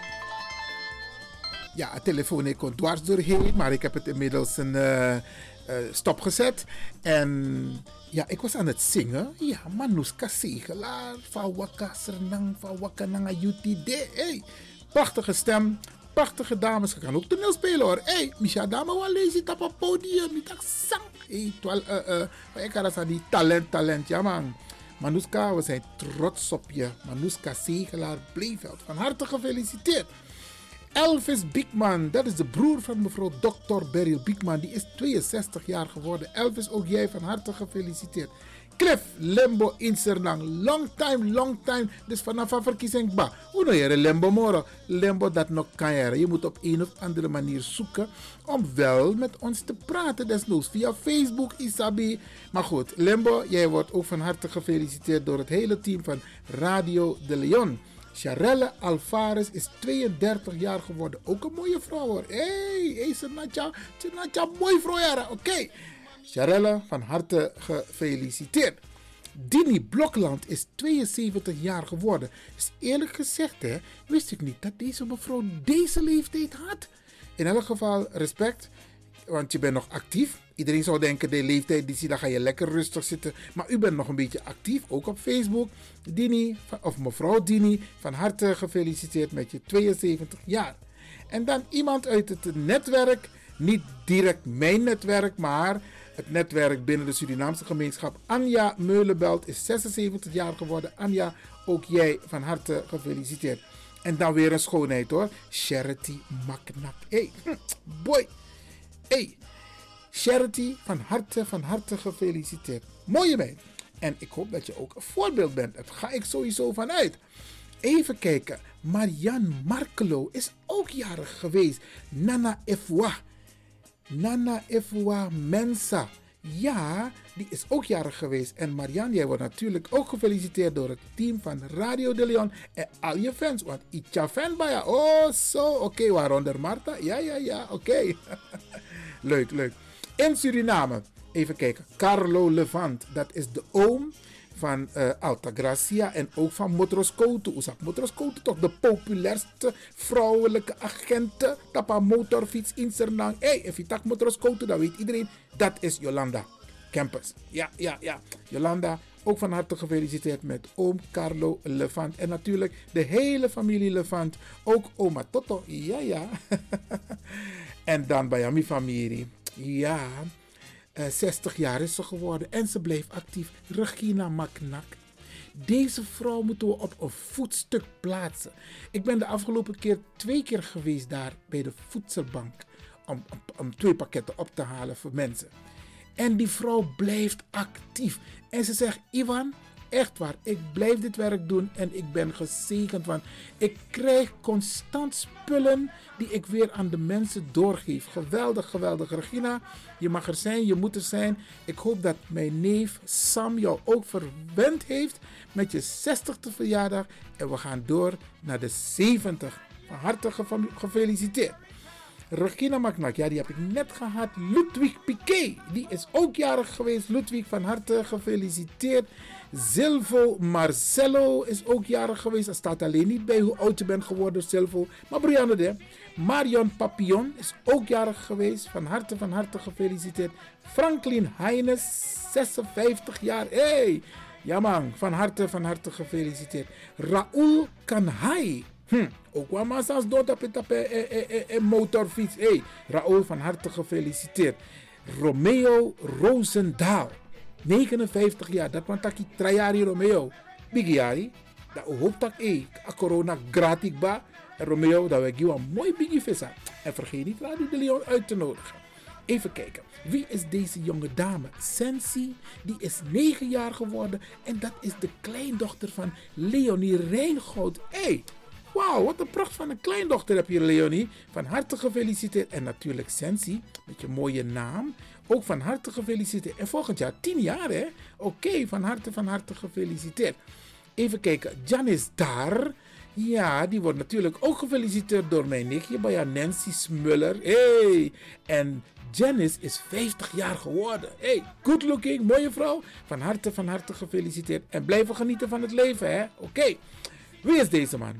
[SPEAKER 7] Ja, het telefoon komt dwars doorheen, maar ik heb het inmiddels een uh, uh, stopgezet. En ja, ik was aan het zingen. Ja, Manuska Segelaar, Fawaka Sernang, Fawaka Nangayutide. Hey, prachtige stem, prachtige dames. Ze kan ook toneel spelen hoor. Hey, Misha Dame wel lezen op het podium. Niet dat zang. Hey, twaalf, uh, uh, ik had dat die talent, talent, ja man. Manuska, we zijn trots op je. Manuska Segelaar Bleeveld, van harte gefeliciteerd. Elvis Biekman, dat is de broer van mevrouw dokter Beryl Biekman. Die is tweeënzestig jaar geworden. Elvis, ook jij van harte gefeliciteerd. Cliff Lembo in Sernang. Long time, long time. Dus vanaf een verkiezing. Ba, hoe nou je Lembo moro? Lembo dat nog kan je. Je moet op een of andere manier zoeken om wel met ons te praten. Desnoods via Facebook, Isabi. Maar goed, Lembo, jij wordt ook van harte gefeliciteerd door het hele team van Radio de Leon. Charelle Alvarez is tweeëndertig jaar geworden. Ook een mooie vrouw hoor. Hé, hey, hey, Senatja, Senatja, mooi vrouw. Oké. Okay. Charelle, van harte gefeliciteerd. Dini Blokland is tweeënzeventig jaar geworden. Dus eerlijk gezegd, hè, wist ik niet dat deze mevrouw deze leeftijd had. In elk geval respect, want je bent nog actief. Iedereen zou denken, de leeftijd, die zie, dan ga je lekker rustig zitten. Maar u bent nog een beetje actief, ook op Facebook. Dini, of mevrouw Dini, van harte gefeliciteerd met je tweeënzeventig jaar. En dan iemand uit het netwerk, niet direct mijn netwerk, maar het netwerk binnen de Surinaamse gemeenschap. Anja Meulenbelt is zesenzeventig jaar geworden. Anja, ook jij van harte gefeliciteerd. En dan weer een schoonheid hoor. Charity Maknak. Hey, boy. Hey. Charity, van harte, van harte gefeliciteerd. Mooie meid. En ik hoop dat je ook een voorbeeld bent. Daar ga ik sowieso van uit. Even kijken. Marianne Markelo is ook jarig geweest. Nana Efwa. Nana Efwa Mensa. Ja, die is ook jarig geweest. En Marianne, jij wordt natuurlijk ook gefeliciteerd door het team van Radio de Leon en al je fans. Want Itja fan bij je. Oh, zo. Oké, okay, waaronder Marta? Ja, ja, ja. Oké. Okay. Leuk, leuk. In Suriname, even kijken, Carlo Levant, dat is de oom van uh, Altagracia en ook van Motroscoto. Oesak Motroscoto, toch de populairste vrouwelijke agenten. Tapa motorfiets in Sernang. Hé, hey, if je tak Motroscoto, dan weet iedereen, dat is Jolanda Campus. Ja, ja, ja. Jolanda, ook van harte gefeliciteerd met oom Carlo Levant. En natuurlijk de hele familie Levant. Ook oma Toto. Ja, ja. En dan bij mijn familie. Ja, uh, zestig jaar is ze geworden en ze blijft actief. Regina Maknak. Deze vrouw moeten we op een voetstuk plaatsen. Ik ben de afgelopen keer twee keer geweest daar bij de voedselbank. Om, om, om twee pakketten op te halen voor mensen. En die vrouw blijft actief. En ze zegt, Ivan, echt waar, ik blijf dit werk doen en ik ben gezegend. Want ik krijg constant spullen die ik weer aan de mensen doorgeef. Geweldig, geweldig. Regina, je mag er zijn, je moet er zijn. Ik hoop dat mijn neef Sam jou ook verwend heeft met je zestigste verjaardag. En we gaan door naar de zeventig. Van harte gefeliciteerd. Regina Maknak, ja, die heb ik net gehad. Ludwig Piquet, die is ook jarig geweest. Ludwig, van harte gefeliciteerd. Silvo Marcello is ook jarig geweest. Er staat alleen niet bij hoe oud je bent geworden, Silvo. Maar Brianne de. Marion Papillon is ook jarig geweest. Van harte, van harte gefeliciteerd. Franklin Heines, zesenvijftig jaar. Hey, ja man, van harte, van harte gefeliciteerd. Raoul Kanhai. Hm, ook wel maar zelfs dood op een motorfiets. Hey, Raoul, van harte gefeliciteerd. Romeo Roosendaal, negenenvijftig jaar. Dat want ik Trajari Romeo. Bigiari. Dat hoop dat ik. Corona gratis ba. En Romeo, dat we een mooi biggie visa. En vergeet niet Radio de Leon uit te nodigen. Even kijken. Wie is deze jonge dame? Sensi, die is negen jaar geworden. En dat is de kleindochter van Leonie Rijngoud. Hey, wauw, wat een pracht van een kleindochter heb je, Leonie. Van harte gefeliciteerd. En natuurlijk Sensi, met je mooie naam. Ook van harte gefeliciteerd. En volgend jaar tien jaar, hè? Oké, okay, van harte, van harte gefeliciteerd. Even kijken, Janice Dar. Ja, die wordt natuurlijk ook gefeliciteerd door mijn nichtje, bij Nancy Smuller. Hey, en Janice is vijftig jaar geworden. Hey, good looking, mooie vrouw. Van harte, van harte gefeliciteerd. En blijven genieten van het leven, hè? Oké. Okay. Wie is deze man?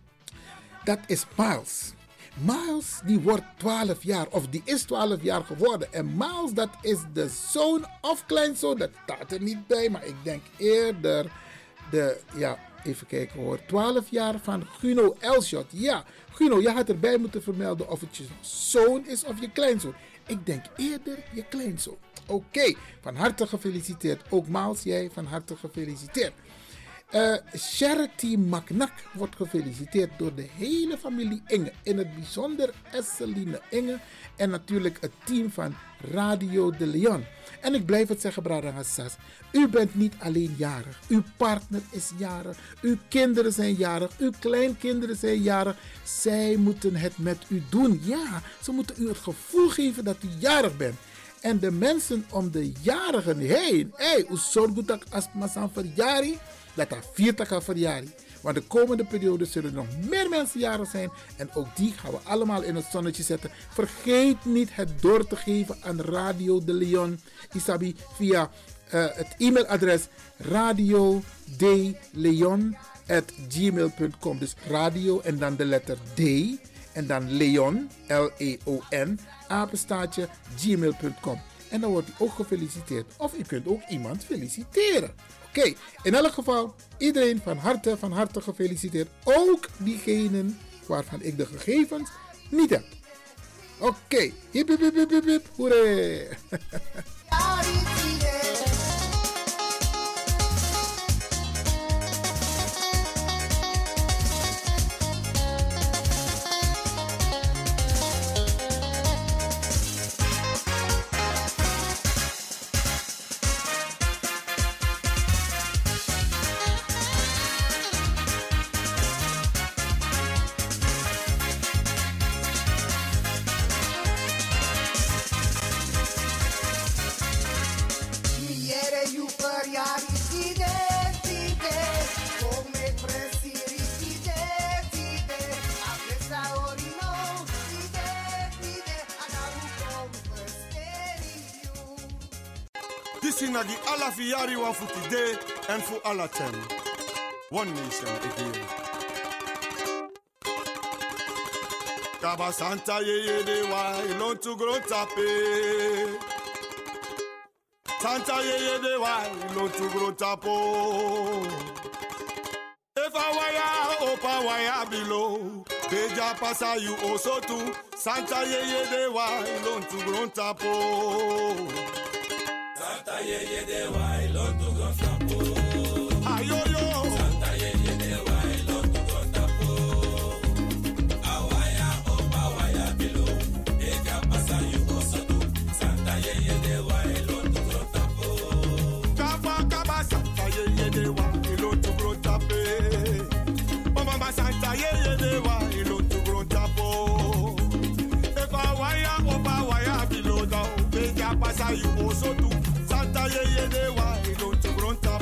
[SPEAKER 7] Dat is Miles. Miles, die wordt twaalf jaar, of die is twaalf jaar geworden. En Miles, dat is de zoon of kleinzoon. Dat staat er niet bij, maar ik denk eerder de, ja, even kijken hoor. twaalf jaar van Guno Elshot. Ja, Guno, je had erbij moeten vermelden of het je zoon is of je kleinzoon. Ik denk eerder je kleinzoon. Oké, okay. Van harte gefeliciteerd. Ook Miles, jij van harte gefeliciteerd. Uh, Charity Maknak wordt gefeliciteerd door de hele familie Inge. In het bijzonder Esseline Inge en natuurlijk het team van Radio de Leon. En ik blijf het zeggen, Brada Hassas. U bent niet alleen jarig. Uw partner is jarig. Uw kinderen zijn jarig. Uw kleinkinderen zijn jarig. Zij moeten het met u doen. Ja, ze moeten u het gevoel geven dat u jarig bent. En de mensen om de jarigen heen. Hé, hey, hoe zorg je dat als het maar verjaring? Dat dat viert gaat verjaren. Want de komende periode zullen er nog meer mensen jarig zijn. En ook die gaan we allemaal in het zonnetje zetten. Vergeet niet het door te geven aan Radio de Leon. Isabi via uh, het e-mailadres radio de leon at gmail punt com. Dus radio en dan de letter D. En dan Leon, L E O N, apenstaartje gmail punt com. En dan wordt u ook gefeliciteerd. Of u kunt ook iemand feliciteren. Oké, okay. In elk geval, iedereen van harte, van harte gefeliciteerd. Ook diegenen waarvan ik de gegevens niet heb. Oké, okay. Hip hip hip hip hip, hoeré.
[SPEAKER 13] Na die alla fiari wa futide en voor alla ten. One nation again. Kaba Santa ye ye de wa ilon to grow tape. Santa ye ye de wa ilon to grow tapo. If I wire opa wire below. Beja pasa you also too. Santa ye ye de wa ilon to grow tapo. Santa ye ye de wa ilon to grow tapo. Ayo yo. Santa ye ye de wa ilon to grow tapo. Awaya opa waya below. Beja pasa you also too. Santa ye ye de wa ilon to grow tapo. Kaba kaba Santa ye ye de wa ilon to grow tapo. Mama Santa ye ye de wa ilon to grow tapo. If awaya opa waya below down. Beja pasa you also too. Santa ye ye de wa ilon to grow tapo.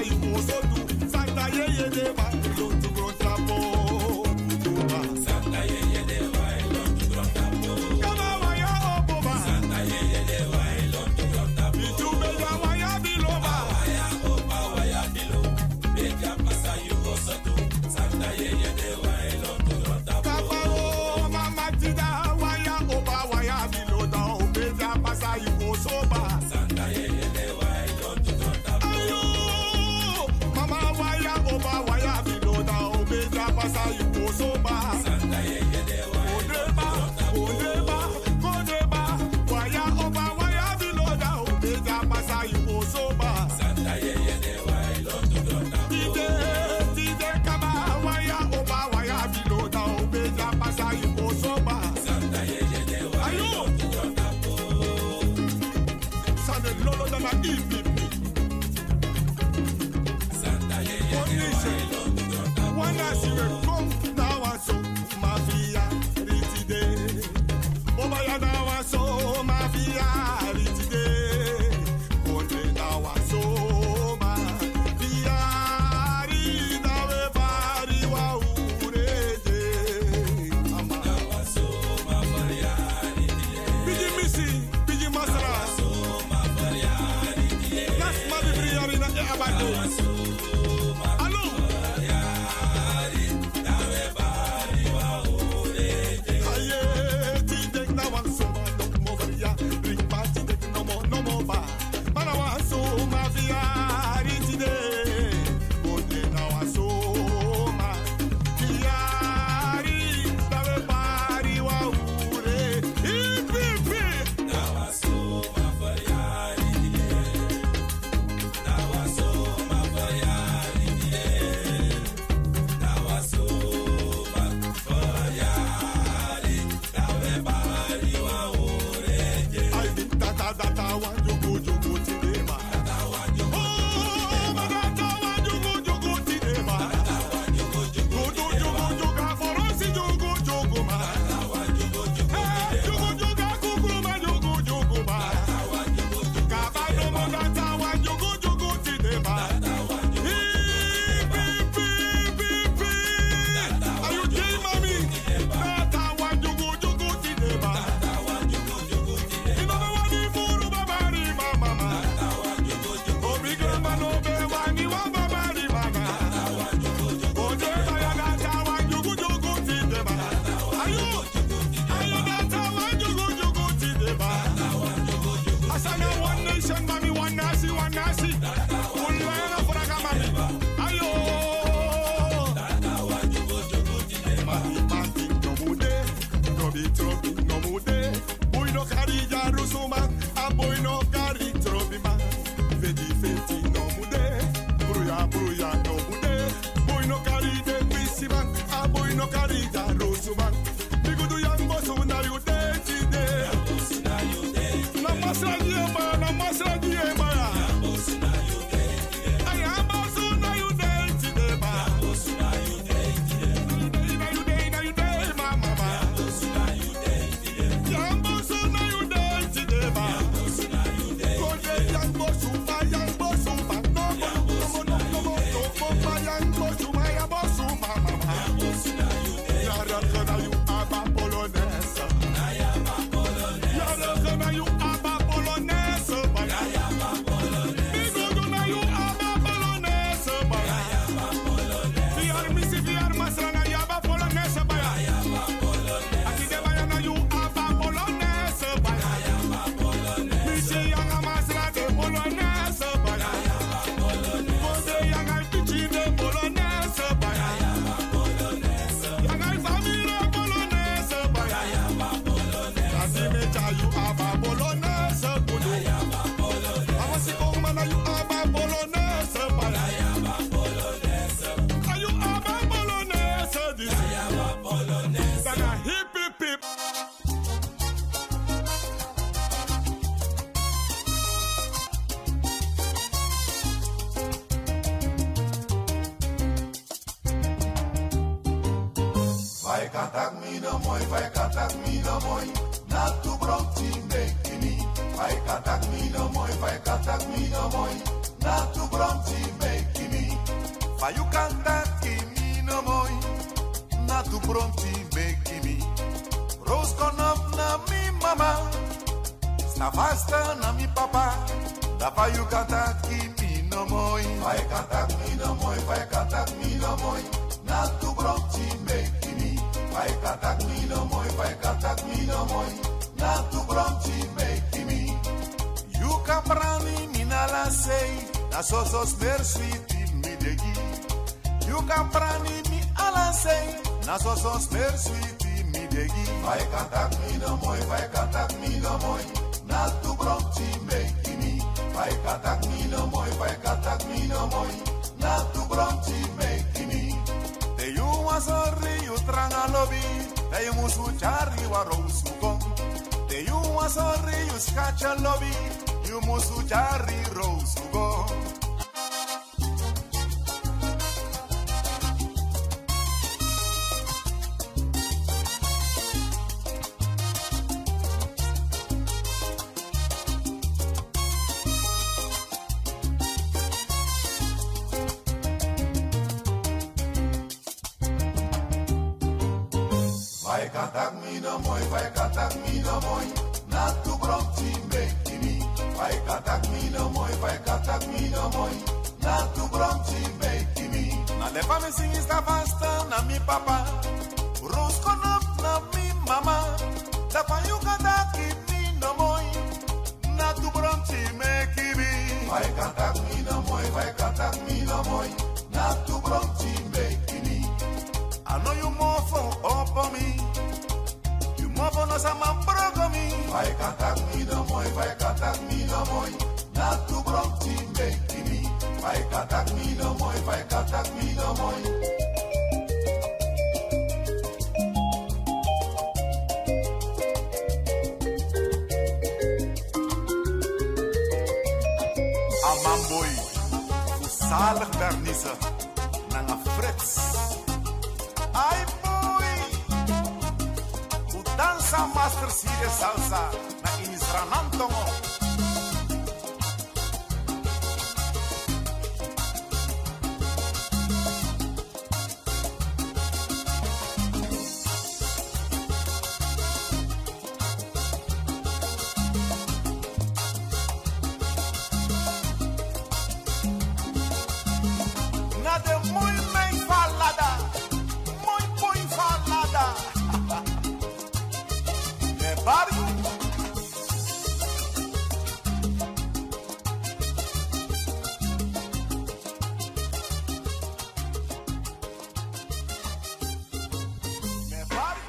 [SPEAKER 14] katak mi no moy, vai katak mi no moy. Na tu bronti mekini. Vai katak mi no moy, vai katak mi no moy. Na tu bronti mekini. pa you canta kimi no moi, na tu pronti me kimi. Rose con up na mi mama, sta vasta na mi papa, da pa you canta kimi no moi. Vai canta kimi no moi, vai canta kimi no moi, na tu pronti me kimi. Vai canta kimi no moi, vai canta kimi no moi, na tu pronti me kimi. You caprani mina la sei, na so so smer sweet mi degi. You caprani mi ala sei, na so so smer sweet mi degi. Vai cantar mi no moi, vai cantar mi no moi, na tu pronti me kimi. Vai cantar mi no moi, vai cantar mi no moi, na tu pronti me kimi. Te you a sorri you tranga lobby, te you musu chari wa rosu kon. Te you a sorri you skacha lobby, you musu chari rosu kon. Vai cantar mi no moi, vai cantar mi no moi, na tu pronti me kimi. Vai cantar mi no moi, vai cantar mi no moi, na tu pronti me kimi. Na leva me sing sta vasta na mi papa, rose con up na mi mama, da pa you cantar kimi no moi, na tu pronti me kimi. Vai cantar mi no moi, vai cantar mi no moi, na tu pronti me kimi. I know you more for up on me. You more for no sama brogo me. Vai cantar mi no moi, vai cantar mi no moi, na tu pronti me kimi. Vai cantar mi no moi, vai cantar mi no moi. Amamboy, zalig Bernise, nanga Frits. Ai boy, u dansa master sire salsa na inisranantongo. Na de muy mei falada, muy muy falada. De barrio. De barrio.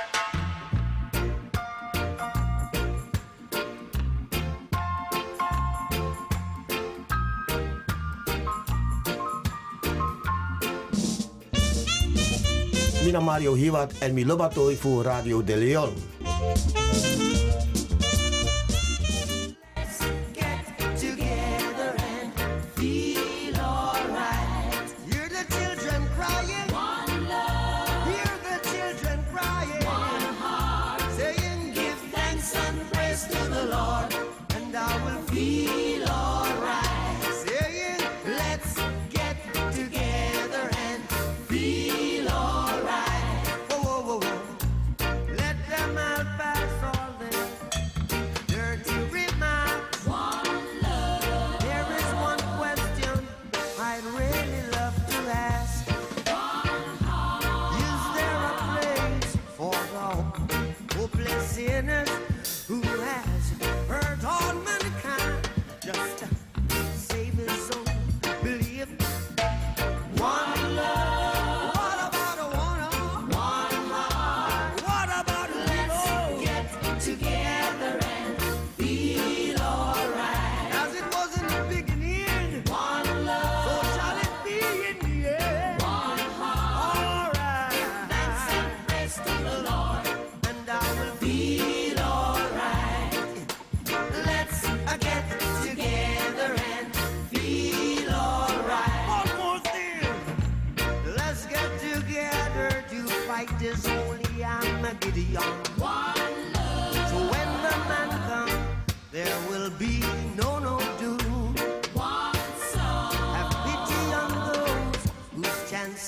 [SPEAKER 15] Mina Mario Hiwat en mi lobatoi voor Radio de Leon.
[SPEAKER 6] Together and feel alright. Hear the children crying. One love. Hear the children crying. One heart. Saying, give thanks and praise to the Lord, and I will feel alright. Saying, let's get together and feel alright. Whoa, whoa, whoa, whoa. Let them out pass all their dirty remarks. One love. There is one question I'd really love to ask. One heart. Is there a place for the hopeless sinners who has hurt all mankind? Just to save his soul, believe. One love. What about a one heart? One heart. What about a little? Let's get together and feel alright. As it was in the beginning. One love. So shall it be in the end. One heart. Alright. Give thanks and praise to the Lord, and I will feel alright. Let's uh, get together and feel alright. One more thing. Let's get together to fight this holy Armageddon. One love. So when the man comes, there will be no no doom. One soul. Have pity on those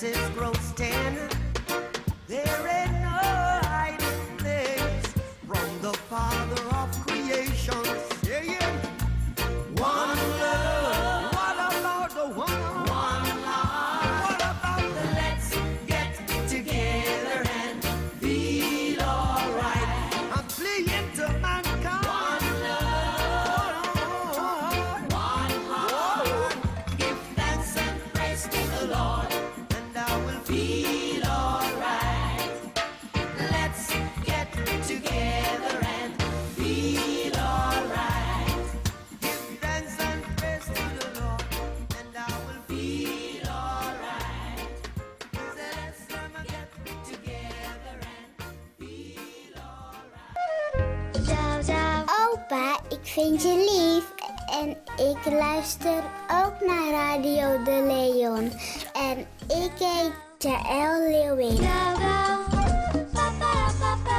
[SPEAKER 6] grasses grow tender. There ain't no hiding place from the Father of creation. Yeah, yeah. One love. What about the one? One love. What about the let's get together and feel alright? I'm fleeing to mankind. One love. One heart. Give thanks and praise to the Lord, and I will feel alright. Let's get together and feel alright. Give thanks and praise to the Lord, and I will feel alright. Let's get together and feel alright.
[SPEAKER 16] Ciao, ciao. Opa, ik vind je lief. En ik luister ook naar Radio De Leon. En ik heet Jaël Leeuwin. Ciao, ciao. Papa, papa.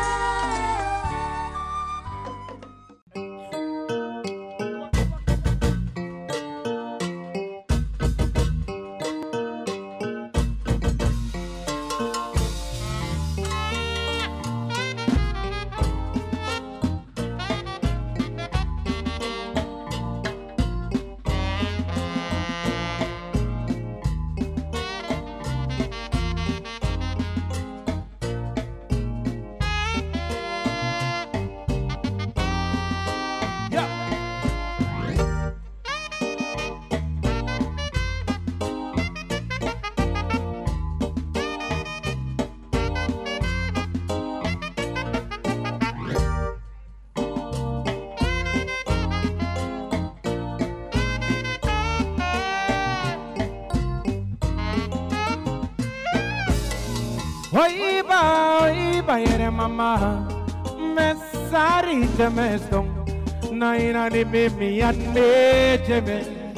[SPEAKER 17] Oi ba, oi ba yere mama, me sari te me stong, na ina ni me mi an me jeme.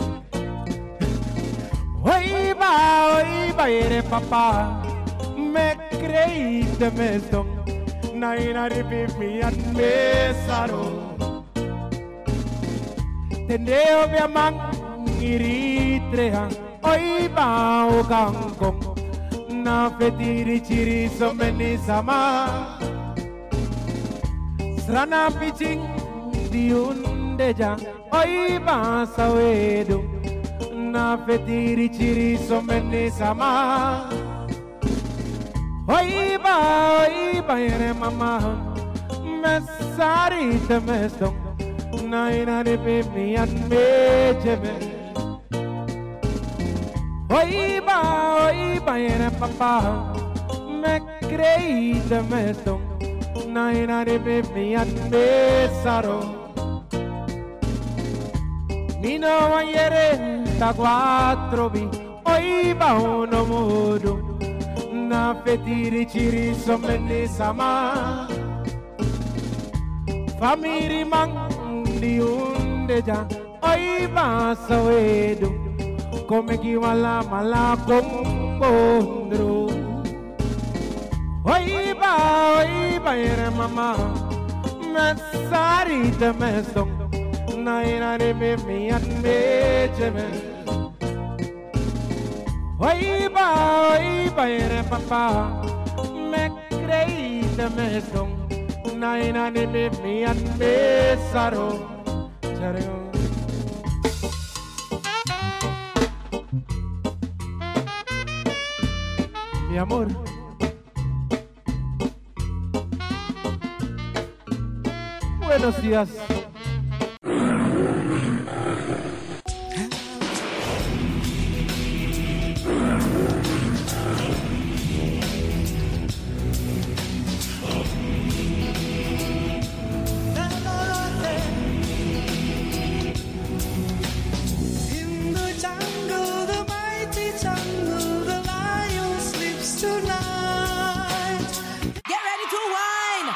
[SPEAKER 17] Oi ba, oi ba yere papa, me crei te me stong, na ina ni me mi an me saro. Tendeo me amang iritreha, oi ba o gangkong. Na fetiri chiri someni sama Srana piching diundeja oi basa wedu Na fetiri chiri someni sama Oi ba oi ba yere mama Mesari te mestong Na ina de pimi an mejeme Oi ba, oi ba yere papa, me crei de me stong, na ina de me mi an me saro. Mino a yere ta quattro bi, oi ba uno mudo, na fetiri chiri someni sama. Famiri mang di undeja, oi ba sawedu. Come chi mala mala combondro Oi ba, oi ba yere mama Me sari te me stong Na ina de me mi an me jeme Oi ba, oi ba yere papa Me crei te me stong Na ina de me mi an me saro Chareo Mi amor, buenos días.
[SPEAKER 6] In the jungle, the mighty jungle, the lion sleeps tonight. Get ready to whine.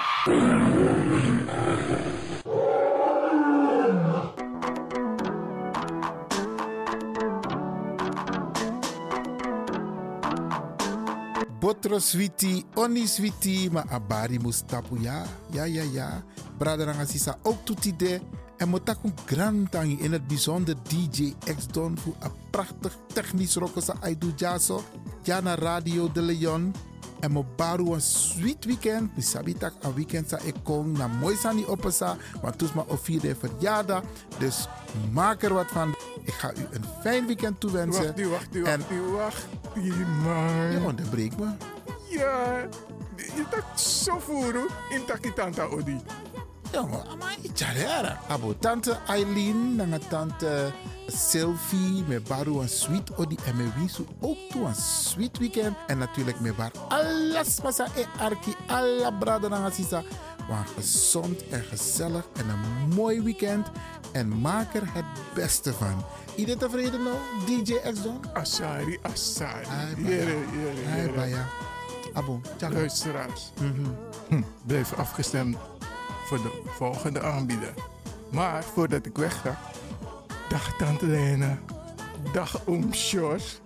[SPEAKER 7] Botro sweetie, oni sweetie, ma abari mustapu ya. Ja, ja, ja. Braderanga sisa ook toetide.
[SPEAKER 1] En motakun grantangi in het bijzonder D J X-Don voor een prachtig technisch rokosa Aidu Jaso. Ja naar Radio de Leon. En mo baru een sweet weekend. Mi sabitak een weekend sa ik kom na mooi sani opesa. Want toen is mijn vierde verjaardag. Dus maak er wat van. Ik ga u een fijn weekend toewensen.
[SPEAKER 5] Wacht, wacht, wacht, wacht, man.
[SPEAKER 1] Je onderbreekt me.
[SPEAKER 5] Ja, je tak zo voeren in takitanta odi.
[SPEAKER 1] Ja, maar ik ga Abo tante Eileen, nanga tante Sylvie, met baru een sweet odi en me wisu ook toe een sweet weekend. En natuurlijk met bar alles masa e arki, alla brada nanga sisa. Maar gezond en gezellig en een mooi weekend. En maak er het beste van. Iedereen tevreden nou, D J X-Don?
[SPEAKER 5] Asari, Asari.
[SPEAKER 1] Jere, jere, jere. Baya. Abo, tjaka.
[SPEAKER 5] Luisteraars, mm-hmm. hm, blijf afgestemd voor de volgende aanbieder. Maar voordat ik weg ga, dag Tante Lena, dag Oom Sjors.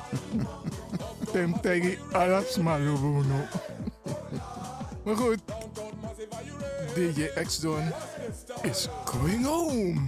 [SPEAKER 5] Temtegi alas malubuno. Maar goed, D J X-Don is going home.